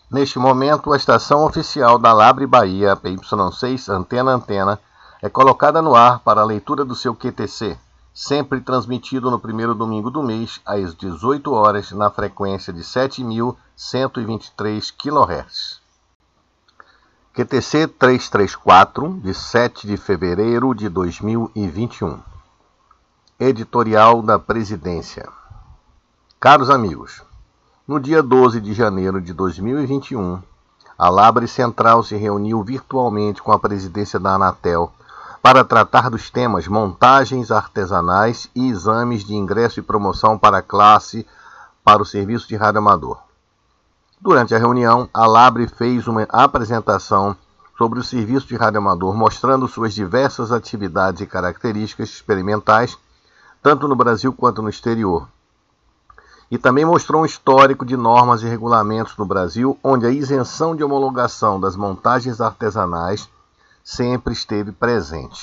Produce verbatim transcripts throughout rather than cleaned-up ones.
Neste momento, a estação oficial da Labre Bahia, P Y seis Antena Antena, é colocada no ar para a leitura do seu Q T C, sempre transmitido no primeiro domingo do mês, às dezoito horas, na frequência de sete mil cento e vinte e três quilohertz. Q T C trezentos e trinta e quatro, de sete de fevereiro de dois mil e vinte e um. Editorial da Presidência. Caros amigos, no dia doze de janeiro de dois mil e vinte e um, a Labre Central se reuniu virtualmente com a presidência da Anatel para tratar dos temas montagens artesanais e exames de ingresso e promoção para a classe para o serviço de rádio amador. Durante a reunião, a Labre fez uma apresentação sobre o serviço de rádio amador, mostrando suas diversas atividades e características experimentais, tanto no Brasil quanto no exterior. E também mostrou um histórico de normas e regulamentos no Brasil, onde a isenção de homologação das montagens artesanais sempre esteve presente.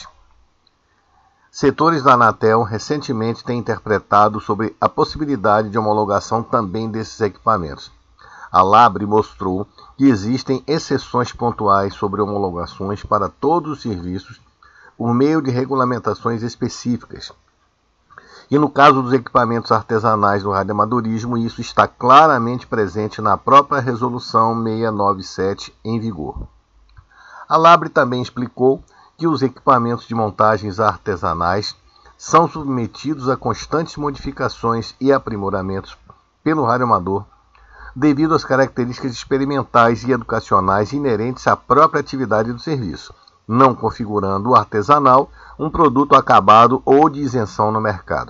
Setores da Anatel recentemente têm interpretado sobre a possibilidade de homologação também desses equipamentos. A Labre mostrou que existem exceções pontuais sobre homologações para todos os serviços por meio de regulamentações específicas. E no caso dos equipamentos artesanais do radioamadorismo, isso está claramente presente na própria Resolução seiscentos e noventa e sete em vigor. A Labre também explicou que os equipamentos de montagens artesanais são submetidos a constantes modificações e aprimoramentos pelo radioamador, devido às características experimentais e educacionais inerentes à própria atividade do serviço, não configurando o artesanal um produto acabado ou de isenção no mercado.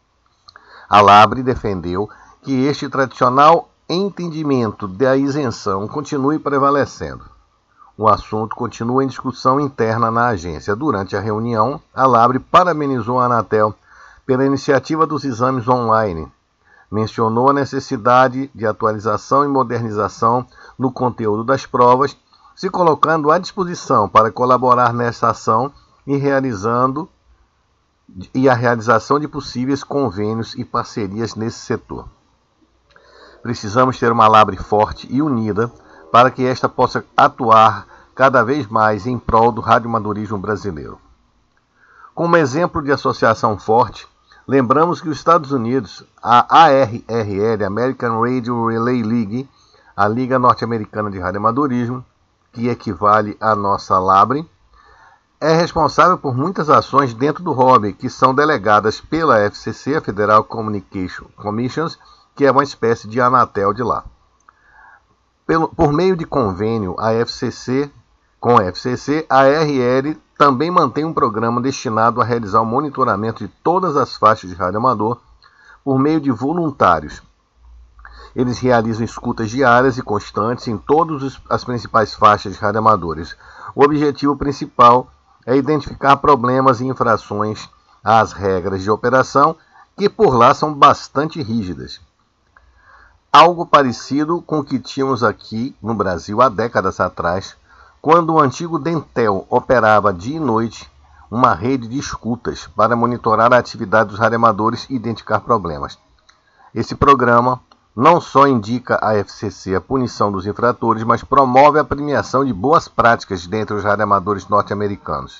A Labre defendeu que este tradicional entendimento da isenção continue prevalecendo. O assunto continua em discussão interna na agência. Durante a reunião, a Labre parabenizou a Anatel pela iniciativa dos exames online. Mencionou a necessidade de atualização e modernização no conteúdo das provas, se colocando à disposição para colaborar nessa ação e realizando e a realização de possíveis convênios e parcerias nesse setor. Precisamos ter uma Labre forte e unida para que esta possa atuar cada vez mais em prol do radioamadorismo brasileiro. Como exemplo de associação forte, lembramos que os Estados Unidos, a A R R L, American Radio Relay League, a Liga Norte-Americana de Radioamadorismo, que equivale à nossa Labre, é responsável por muitas ações dentro do hobby, que são delegadas pela F C C, a Federal Communication Commission, que é uma espécie de Anatel de lá. Pelo, por meio de convênio a F C C, com a F C C, a R L também mantém um programa destinado a realizar o monitoramento de todas as faixas de rádio amador por meio de voluntários. Eles realizam escutas diárias e constantes em todas as principais faixas de rádio amadores. O objetivo principal é identificar problemas e infrações às regras de operação, que por lá são bastante rígidas. Algo parecido com o que tínhamos aqui no Brasil há décadas atrás, quando o antigo Dentel operava dia e noite uma rede de escutas para monitorar a atividade dos radioamadores e identificar problemas. Esse programa não só indica à F C C a punição dos infratores, mas promove a premiação de boas práticas dentre os radioamadores norte-americanos.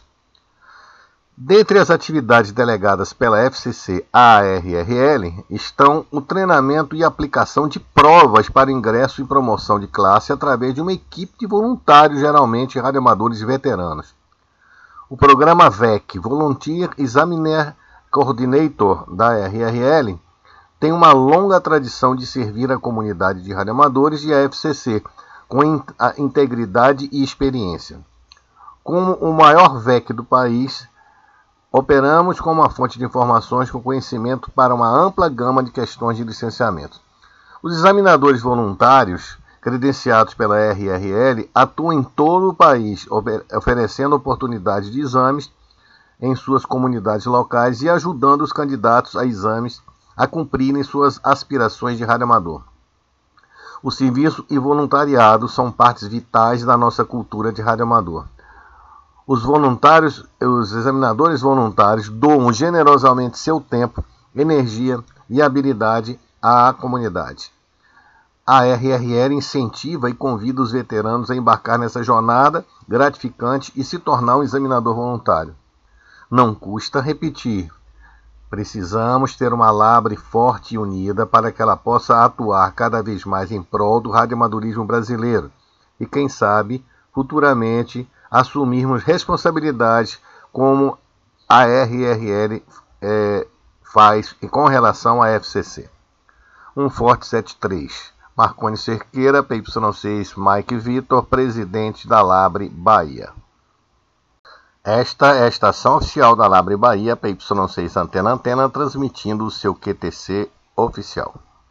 Dentre as atividades delegadas pela F C C à A R R L estão o treinamento e aplicação de provas para ingresso e promoção de classe através de uma equipe de voluntários, geralmente radioamadores veteranos. O programa V E C, Volunteer Examiner Coordinator da A R R L, tem uma longa tradição de servir a comunidade de radioamadores e a F C C, com integridade e experiência. Como o maior V E C do país, operamos como uma fonte de informações com conhecimento para uma ampla gama de questões de licenciamento. Os examinadores voluntários, credenciados pela R R L, atuam em todo o país, oferecendo oportunidades de exames em suas comunidades locais e ajudando os candidatos a exames a cumprirem suas aspirações de radioamador. O serviço e voluntariado são partes vitais da nossa cultura de radioamador. Os voluntários, os examinadores voluntários doam generosamente seu tempo, energia e habilidade à comunidade. a R R L incentiva e convida os veteranos a embarcar nessa jornada gratificante e se tornar um examinador voluntário. Não custa repetir. Precisamos ter uma Labre forte e unida para que ela possa atuar cada vez mais em prol do radioamadorismo brasileiro e, quem sabe, futuramente assumirmos responsabilidades como a R R L é, faz com relação à F C C. Um forte sete três. Marconi Cerqueira, P Y seis, Mike Vitor, presidente da Labre Bahia. Esta é a estação oficial da Labre Bahia, P Y seis Antena Antena, transmitindo o seu Q T C oficial.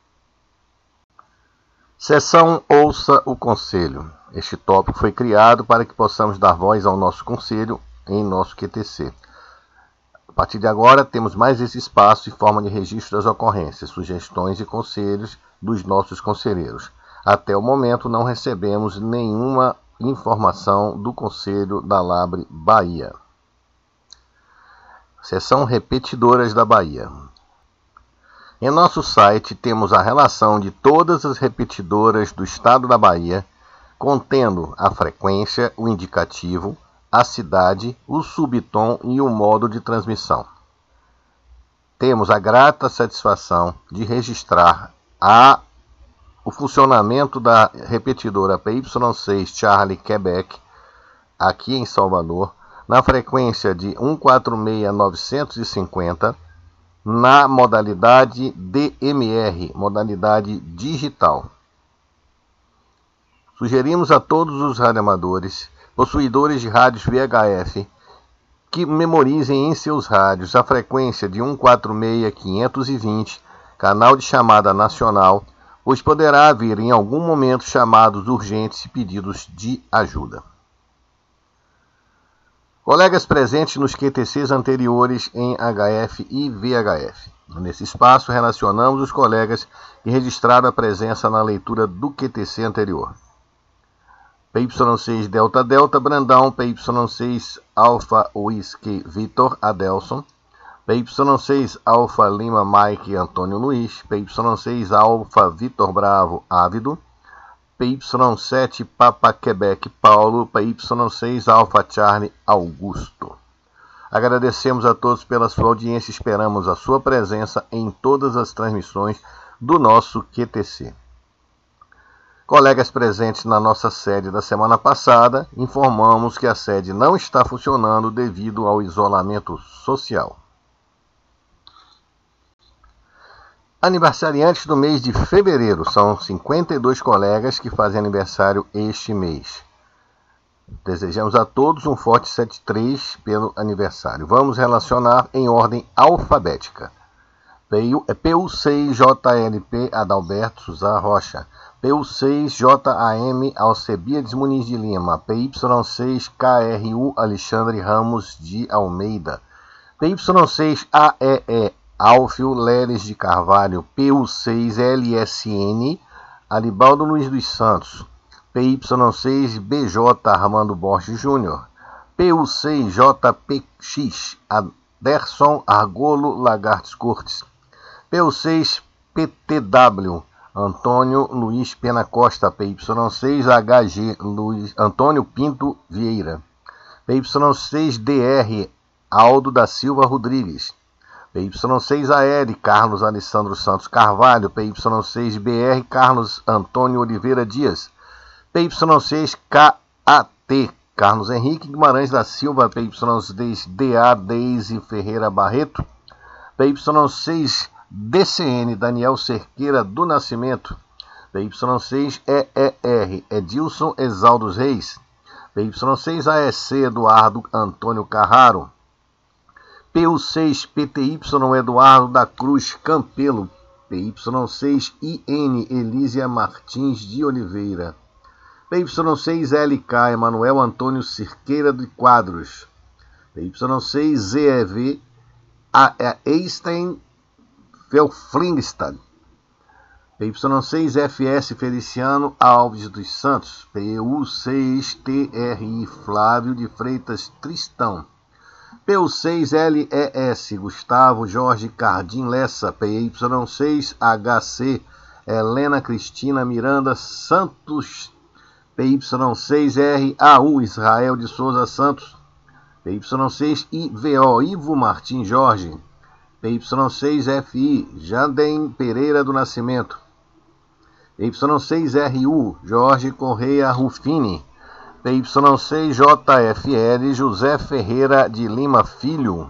Seção Ouça o Conselho. Este tópico foi criado para que possamos dar voz ao nosso Conselho em nosso Q T C. A partir de agora, temos mais esse espaço em forma de registro das ocorrências, sugestões e conselhos dos nossos conselheiros. Até o momento, não recebemos nenhuma informação do Conselho da Labre Bahia. Seção Repetidoras da Bahia. Em nosso site, temos a relação de todas as repetidoras do estado da Bahia, contendo a frequência, o indicativo, a cidade, o subtom e o modo de transmissão. Temos a grata satisfação de registrar a, o funcionamento da repetidora P Y seis Charlie Quebec, aqui em Salvador, na frequência de um quatro seis novecentos e cinquenta, na modalidade D M R, modalidade digital. Sugerimos a todos os radioamadores, possuidores de rádios V H F, que memorizem em seus rádios a frequência de um quatro seis quinhentos e vinte, canal de chamada nacional, pois poderá haver em algum momento chamados urgentes e pedidos de ajuda. Colegas presentes nos Q T Cs anteriores em H F e V H F. Nesse espaço, relacionamos os colegas que registraram a presença na leitura do Q T C anterior. P Y seis Delta Delta Brandão, P Y seis Alpha Whisky Vitor Adelson, P Y seis Alpha Lima Mike Antônio Luiz, P Y seis Alpha Vitor Bravo Ávido, P Y sete Papa Quebec Paulo, P Y seis Alpha Charlie Augusto. Agradecemos a todos pela sua audiência e esperamos a sua presença em todas as transmissões do nosso Q T C. Colegas presentes na nossa sede da semana passada, informamos que a sede não está funcionando devido ao isolamento social. Aniversariantes do mês de fevereiro, são cinquenta e dois colegas que fazem aniversário este mês. Desejamos a todos um forte sete três pelo aniversário. Vamos relacionar em ordem alfabética. P U seis J L P Adalberto Souza Rocha, P U seis J A M Alcebiades Muniz de Lima, P Y seis K R U Alexandre Ramos de Almeida, P Y seis A E E Alfio Leles de Carvalho, P U seis L S N Alibaldo Luiz dos Santos, P Y seis B J Armando Borges Júnior, P U seis J P X Aderson Argolo Lagartes Cortes, P U seis P T W Antônio Luiz Pena Costa, P Y seis H G Luiz Antônio Pinto Vieira, P Y seis D R Aldo da Silva Rodrigues, P Y seis A L Carlos Alessandro Santos Carvalho, P Y seis B R Carlos Antônio Oliveira Dias, P Y seis K A T Carlos Henrique Guimarães da Silva, P Y seis D A Deise Ferreira Barreto, P Y seis D C N Daniel Cerqueira do Nascimento, P Y seis E E R Edilson Exaldos Reis, P Y seis A E C Eduardo Antônio Carraro, P U seis P T Y Eduardo da Cruz Campelo, P Y seis I N Elísia Martins de Oliveira, P Y seis L K Emanuel Antônio Cerqueira de Quadros, P Y seis Z E V Einstein Felflingstad, P Y seis F S Feliciano Alves dos Santos, P U seis T R I Flávio de Freitas Tristão, P U seis L E S Gustavo Jorge Cardim Lessa, P Y seis H C Helena Cristina Miranda Santos, P Y seis R A U, Israel de Souza Santos, P Y seis I V O, Ivo Martim Jorge, P Y seis F I, Jandem Pereira do Nascimento, P Y seis R U, Jorge Correia Rufini, P Y seis J F L, José Ferreira de Lima Filho,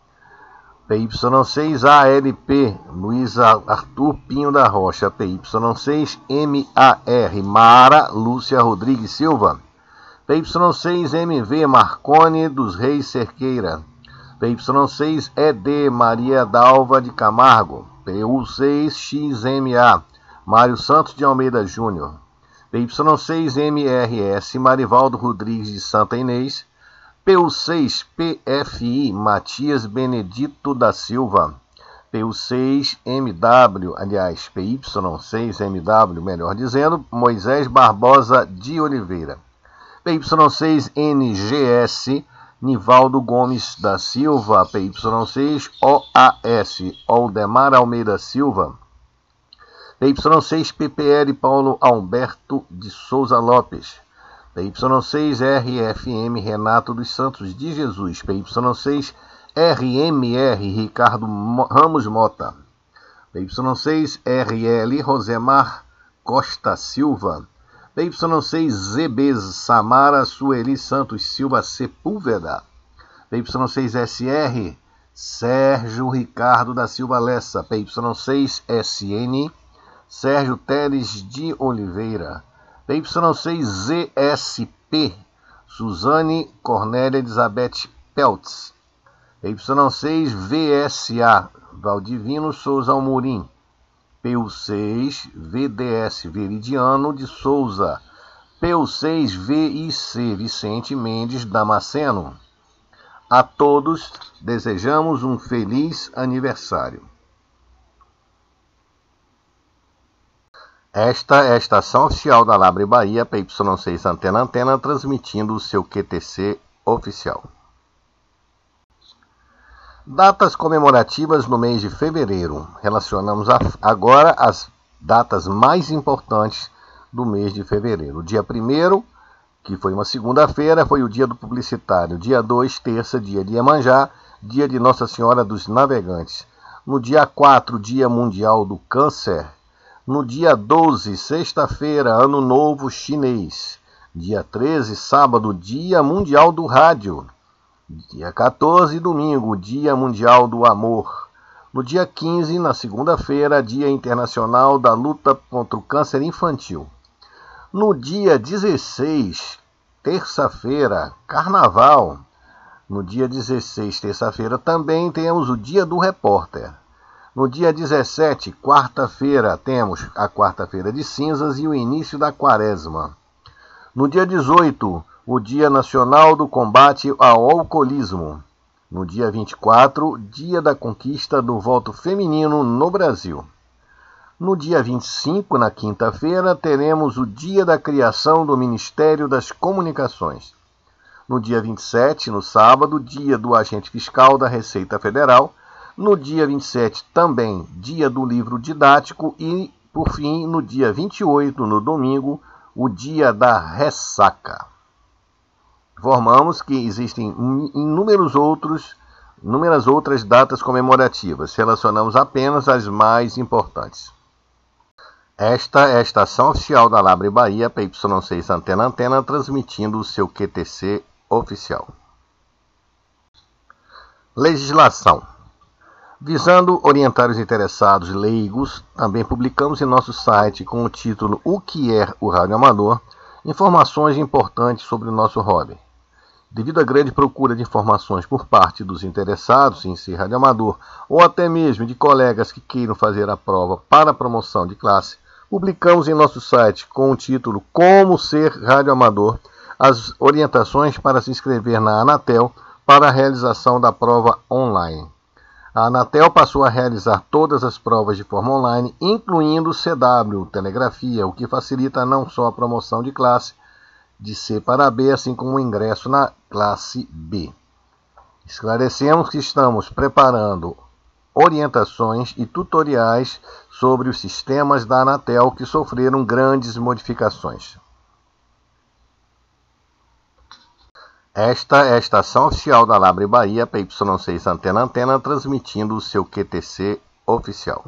P Y seis A L P, Luiz Arthur Pinho da Rocha, P Y seis M A R, Mara Lúcia Rodrigues Silva, P Y seis M V, Marcone dos Reis Cerqueira, P Y seis E D, Maria Dalva de Camargo, P U seis X M A, Mário Santos de Almeida Júnior, P Y seis M R S, Marivaldo Rodrigues de Santa Inês, P U seis P F I, Matias Benedito da Silva, P U seis M W, aliás, P Y seis M W, melhor dizendo, Moisés Barbosa de Oliveira, P Y seis N G S, Nivaldo Gomes da Silva, P Y seis O A S, Aldemar Almeida Silva, P Y seis P P L, Paulo Alberto de Souza Lopes, P Y seis R F M, Renato dos Santos de Jesus, P Y seis R M R, Ricardo Ramos Mota, P Y seis R L, Rosemar Costa Silva, P Y seis Z B, Samara Sueli Santos Silva Sepúlveda, P Y seis S R, Sérgio Ricardo da Silva Lessa, P Y seis S N, Sérgio Teles de Oliveira, P Y seis Z S P, Suzane Cornélia Elizabeth Peltz, P Y seis V S A, Valdivino Souza Almorim, P U seis V D S Veridiano de Souza, P U seis V I C Vicente Mendes Damasceno. A todos desejamos um feliz aniversário. Esta é a estação oficial da Labre Bahia, P Y seis Antena Antena, transmitindo o seu Q T C oficial. Datas comemorativas no mês de fevereiro. Relacionamos a, agora as datas mais importantes do mês de fevereiro. O dia primeiro, que foi uma segunda-feira, foi o dia do publicitário. Dia dois, terça, dia de Iemanjá, dia de Nossa Senhora dos Navegantes. No dia quatro, dia mundial do câncer. No dia doze, sexta-feira, Ano Novo Chinês. Dia treze, sábado, Dia Mundial do Rádio. Dia quatorze, domingo, Dia Mundial do Amor. No dia quinze, na segunda-feira, Dia Internacional da Luta contra o Câncer Infantil. No dia dezesseis, terça-feira, Carnaval. No dia dezesseis, terça-feira, também temos o Dia do Repórter. No dia dezessete, quarta-feira, temos a Quarta-feira de Cinzas e o início da Quaresma. No dia dezoito, o Dia Nacional do Combate ao Alcoolismo. No dia vinte e quatro, Dia da Conquista do Voto Feminino no Brasil. No dia vinte e cinco, na quinta-feira, teremos o Dia da Criação do Ministério das Comunicações. No dia vinte e sete, no sábado, Dia do Agente Fiscal da Receita Federal. No dia vinte e sete, também, Dia do Livro Didático. E, por fim, no dia vinte e oito, no domingo, o Dia da Ressaca. Informamos que existem inúmeros outros, inúmeras outras datas comemorativas. Relacionamos apenas as mais importantes. Esta é a estação oficial da Labre Bahia, P Y seis Antena Antena, transmitindo o seu Q T C oficial. Legislação. Visando orientar os interessados leigos, também publicamos em nosso site, com o título O que é o Rádio Amador, informações importantes sobre o nosso hobby. Devido à grande procura de informações por parte dos interessados em ser radioamador, ou até mesmo de colegas que queiram fazer a prova para a promoção de classe, publicamos em nosso site, com o título Como Ser Radioamador, as orientações para se inscrever na Anatel para a realização da prova online. A Anatel passou a realizar todas as provas de forma online, incluindo o C W, telegrafia, o que facilita não só a promoção de classe de C para B, assim como o ingresso na classe B. Esclarecemos que estamos preparando orientações e tutoriais sobre os sistemas da Anatel que sofreram grandes modificações. Esta é a estação oficial da Labre Bahia, P Y seis Antena Antena, transmitindo o seu Q T C oficial.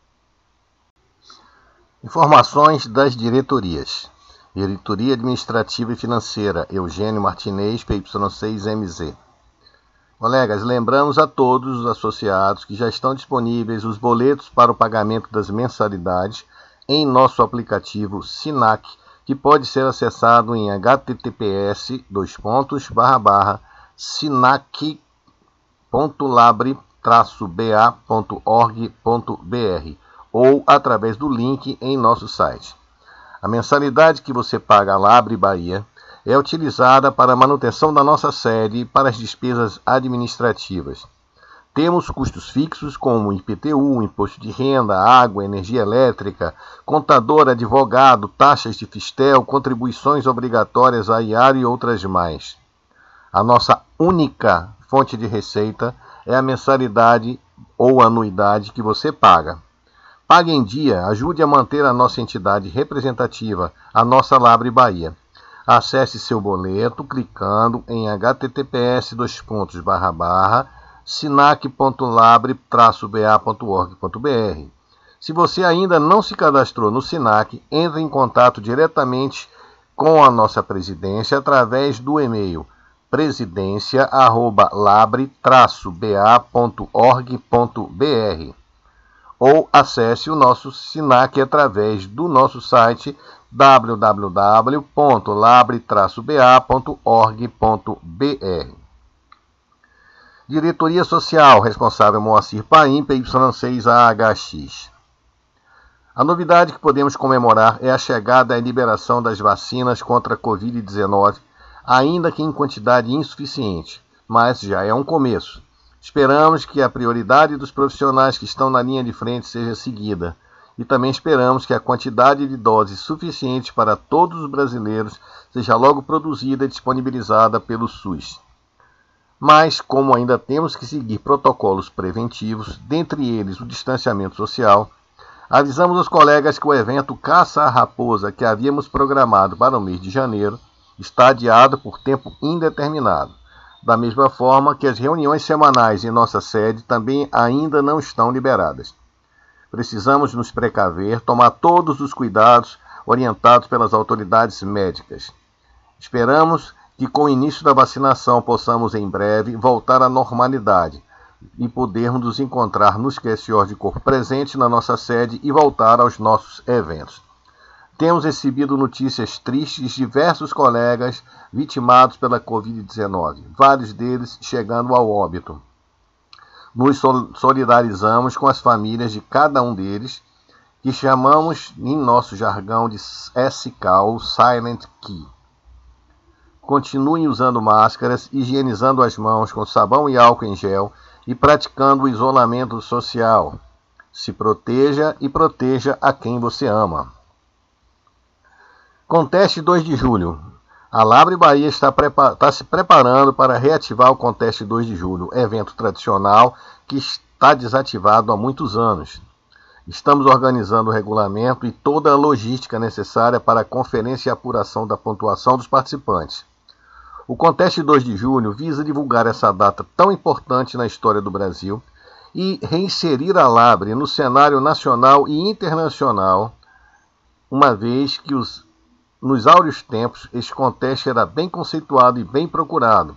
Informações das diretorias. Diretoria Administrativa e Financeira, Eugênio Martinez, P Y seis M Z. Colegas, lembramos a todos os associados que já estão disponíveis os boletos para o pagamento das mensalidades em nosso aplicativo Sinac, que pode ser acessado em h t t p s dois pontos barra barra sinac ponto labre traço b a ponto org ponto b r ou através do link em nosso site. A mensalidade que você paga à Labre Bahia é utilizada para a manutenção da nossa sede e para as despesas administrativas. Temos custos fixos como I P T U, imposto de renda, água, energia elétrica, contador, advogado, taxas de fistel, contribuições obrigatórias a I A R e outras mais. A nossa única fonte de receita é a mensalidade ou anuidade que você paga. Pague em dia, ajude a manter a nossa entidade representativa, a nossa Labre Bahia. Acesse seu boleto clicando em h t t p s dois pontos barra barra sinac ponto labre traço b a ponto org ponto b r. Se você ainda não se cadastrou no Sinac, entre em contato diretamente com a nossa presidência através do e-mail presidência arroba labre traço b a ponto org ponto b r ou acesse o nosso Sinac através do nosso site w w w ponto labre traço b a ponto org ponto b r. Diretoria Social, responsável Moacir Paim, P Y seis A H X. A novidade que podemos comemorar é a chegada e liberação das vacinas contra a covid dezenove, ainda que em quantidade insuficiente, mas já é um começo. Esperamos que a prioridade dos profissionais que estão na linha de frente seja seguida. E também esperamos que a quantidade de doses suficiente para todos os brasileiros seja logo produzida e disponibilizada pelo SUS. Mas, como ainda temos que seguir protocolos preventivos, dentre eles o distanciamento social, avisamos aos colegas que o evento Caça à Raposa, que havíamos programado para o mês de janeiro, está adiado por tempo indeterminado. Da mesma forma que as reuniões semanais em nossa sede também ainda não estão liberadas. Precisamos nos precaver, tomar todos os cuidados orientados pelas autoridades médicas. Esperamos que com o início da vacinação possamos em breve voltar à normalidade e podermos nos encontrar nos Q S O de corpo presente na nossa sede e voltar aos nossos eventos. Temos recebido notícias tristes de diversos colegas vitimados pela covid dezenove, vários deles chegando ao óbito. Nos solidarizamos com as famílias de cada um deles, que chamamos em nosso jargão de S K ou Silent Key. Continuem usando máscaras, higienizando as mãos com sabão e álcool em gel e praticando o isolamento social. Se proteja e proteja a quem você ama. Conteste dois de julho. A Labre Bahia está, está se preparando para reativar o Conteste dois de julho, evento tradicional que está desativado há muitos anos. Estamos organizando o regulamento e toda a logística necessária para a conferência e apuração da pontuação dos participantes. O Conteste dois de julho visa divulgar essa data tão importante na história do Brasil e reinserir a Labre no cenário nacional e internacional, uma vez que os Nos áureos tempos, este conteste era bem conceituado e bem procurado.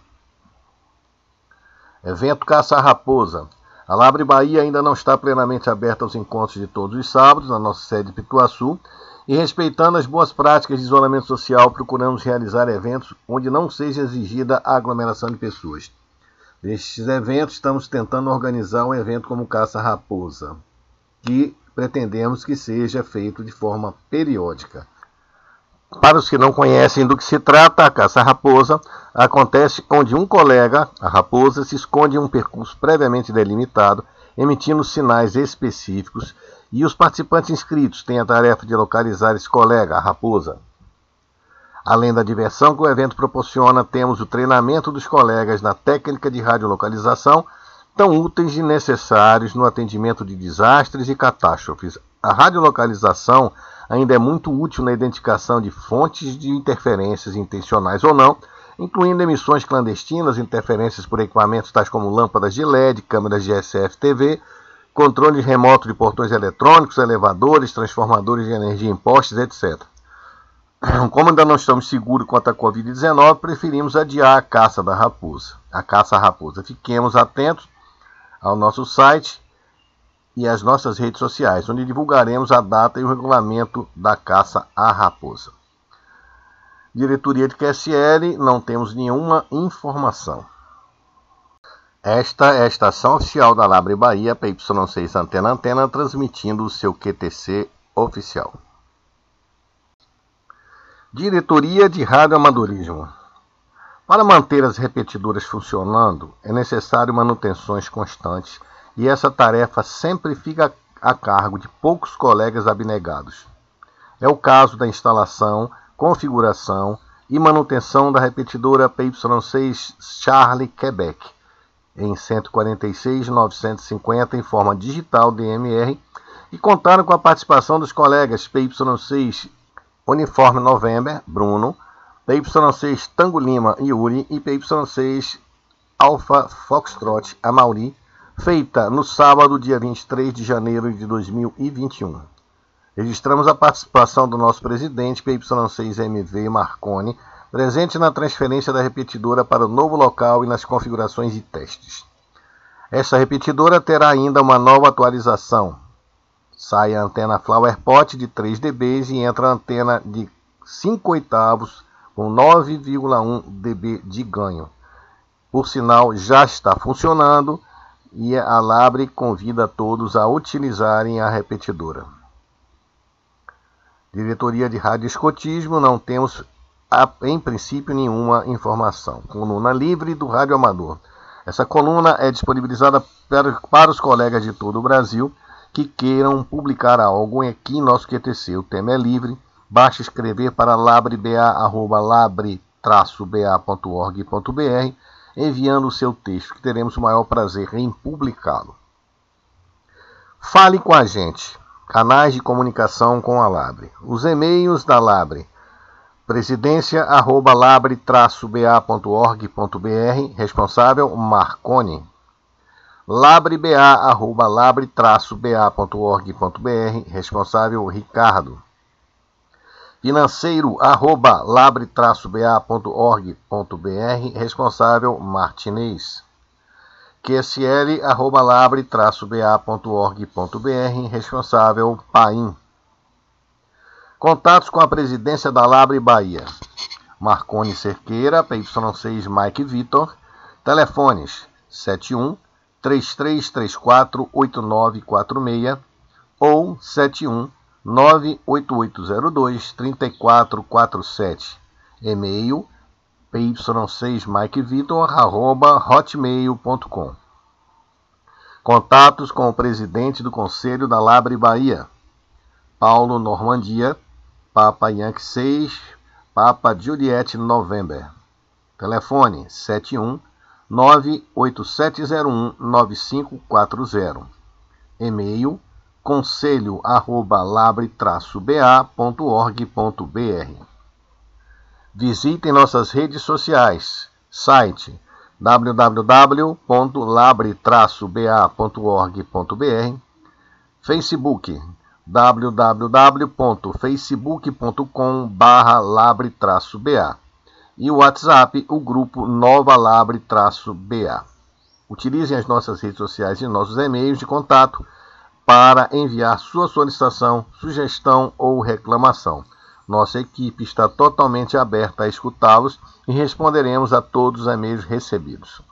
Evento Caça à Raposa. A Labre Bahia ainda não está plenamente aberta aos encontros de todos os sábados, na nossa sede de Pituaçu, e respeitando as boas práticas de isolamento social, procuramos realizar eventos onde não seja exigida a aglomeração de pessoas. Nestes eventos, estamos tentando organizar um evento como Caça à Raposa, que pretendemos que seja feito de forma periódica. Para os que não conhecem do que se trata, a caça à raposa acontece onde um colega, a raposa, se esconde em um percurso previamente delimitado, emitindo sinais específicos, e os participantes inscritos têm a tarefa de localizar esse colega, a raposa. Além da diversão que o evento proporciona, temos o treinamento dos colegas na técnica de radiolocalização, tão úteis e necessários no atendimento de desastres e catástrofes. A radiolocalização ainda é muito útil na identificação de fontes de interferências intencionais ou não, incluindo emissões clandestinas, interferências por equipamentos tais como lâmpadas de L E D, câmeras de S F T V, controles remotos de portões eletrônicos, elevadores, transformadores de energia em postes, etcétera. Como ainda não estamos seguros quanto à covid dezenove, preferimos adiar a caça da raposa. A caça à raposa. Fiquemos atentos ao nosso site e às nossas redes sociais, onde divulgaremos a data e o regulamento da caça à raposa. Diretoria de Q S L, não temos nenhuma informação. Esta é a estação oficial da Labre Bahia, P Y seis Antena Antena, transmitindo o seu Q T C oficial. Diretoria de Radioamadorismo. Para manter as repetidoras funcionando, é necessário manutenções constantes e essa tarefa sempre fica a cargo de poucos colegas abnegados. É o caso da instalação, configuração e manutenção da repetidora P Y seis Charlie Quebec em cento e quarenta e seis mil novecentos e cinquenta em forma digital D M R e contaram com a participação dos colegas P Y seis Uniforme November, Bruno, P Y seis Tango Lima, Yuri e P Y seis Alpha Foxtrot, Amaury, feita no sábado, dia vinte e três de janeiro de dois mil e vinte e um. Registramos a participação do nosso presidente, P Y seis M V Marconi, presente na transferência da repetidora para o novo local e nas configurações e testes. Esta repetidora terá ainda uma nova atualização. Sai a antena FlowerPot de três decibéis e entra a antena de cinco oitavos com nove vírgula um decibéis de ganho. Por sinal, já está funcionando e a Labre convida todos a utilizarem a repetidora. Diretoria de Radioescotismo, não temos em princípio nenhuma informação. Coluna livre do Rádio Amador. Essa coluna é disponibilizada para os colegas de todo o Brasil que queiram publicar algo aqui em nosso Q T C. O tema é livre, basta escrever para labreba arroba labre traço ba ponto org ponto br enviando o seu texto, que teremos o maior prazer em publicá-lo. Fale com a gente. Canais de comunicação com a Labre. Os e-mails da Labre: presidência arroba labre traço ba ponto org ponto br, responsável Marconi. labreba arroba labre traço ba ponto org ponto br, responsável Ricardo. Financeiro arroba labre traço ba ponto org ponto br, responsável Martinez. Q S L arroba labre traço ba ponto org ponto br, responsável Paim. Contatos com a presidência da Labre Bahia: Marconi Cerqueira, P Y seis Mike Vitor, telefones sete um, três três três quatro, oito nove quatro seis ou sete um, nove oito oito zero dois, três quatro quatro sete, e-mail p y seis mike vitor arroba hotmail ponto com. Contatos com o presidente do Conselho da Labre Bahia: Paulo Normandia, Papa Yankee seis, Papa Juliette November. Telefone sete um, nove oito sete zero um, nove cinco quatro zero. E-mail conselho arroba labre traço ba ponto org ponto br. Visitem nossas redes sociais. Site w w w ponto labre traço ba ponto org ponto br. Facebook w w w ponto facebook ponto com barra labre traço ba. E o WhatsApp, o grupo Nova Labre traço ba. Utilizem as nossas redes sociais e nossos e-mails de contato para enviar sua solicitação, sugestão ou reclamação. Nossa equipe está totalmente aberta a escutá-los e responderemos a todos os e-mails recebidos.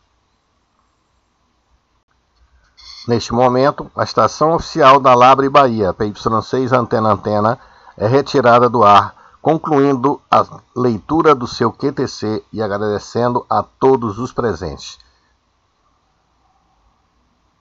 Neste momento, a estação oficial da Labre Bahia, P Y seis Antena Antena, é retirada do ar, concluindo a leitura do seu Q T C e agradecendo a todos os presentes.